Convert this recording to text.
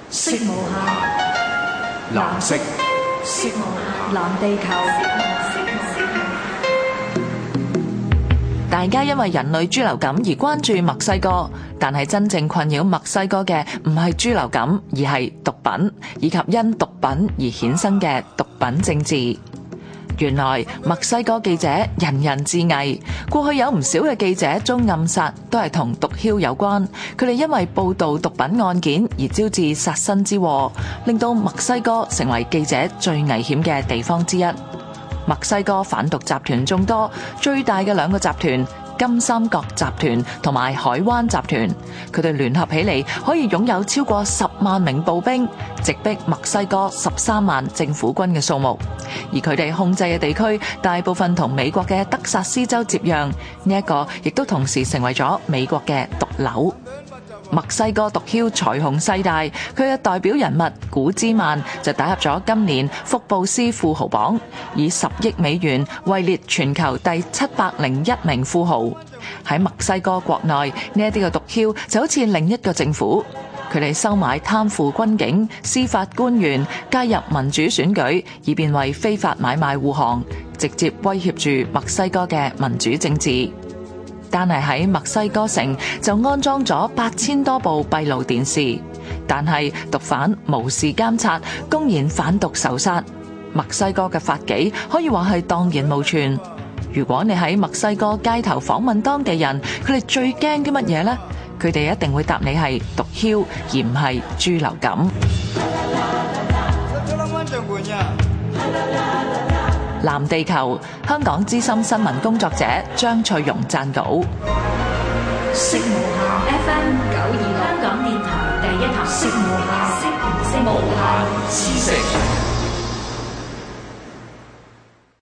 色無限，藍色，色無限，藍地球。 大家因為人類豬流感而關注墨西哥，但係真正困擾墨西哥嘅唔係豬流感，而係毒品，以及因毒品而衍生嘅毒品政治。原來墨西哥記者人人自危，過去有唔少嘅記者遭暗殺，都係同毒梟有關。佢哋因為報導毒品案件而招致殺身之禍，令到墨西哥成為記者最危險嘅地方之一。墨西哥販毒集團眾多，最大嘅兩個集團金三角集團同埋海灣集團，佢哋聯合起嚟可以擁有超過10萬名步兵，直逼墨西哥13萬政府軍嘅數目。而佢哋控制嘅地區大部分同美國嘅德薩斯州接壤，呢一個亦都同時成為咗美國嘅毒瘤。墨西哥毒梟財雄勢大，佢嘅代表人物古茲曼就打入咗今年福布斯富豪榜，以10億美元位列全球第701名富豪。喺墨西哥國內，呢一啲嘅毒梟就好似另一個政府，佢哋收買貪腐軍警、司法官員，介入民主選舉，以便為非法買賣護航，直接威脅住墨西哥嘅民主政治。單係喺墨西哥城就安裝咗8000多部閉路電視，但係毒販無視監察，公然販毒仇殺。墨西哥嘅法紀可以話係蕩然無存。如果你喺墨西哥街頭訪問當地人，佢哋最驚啲乜嘢呢？佢哋一定會答你係毒梟，而唔係豬流感。藍地球，香港資深新聞工作者張翠容撰稿。 色無限 FM 926，香港電台第一台。色無限，色無限。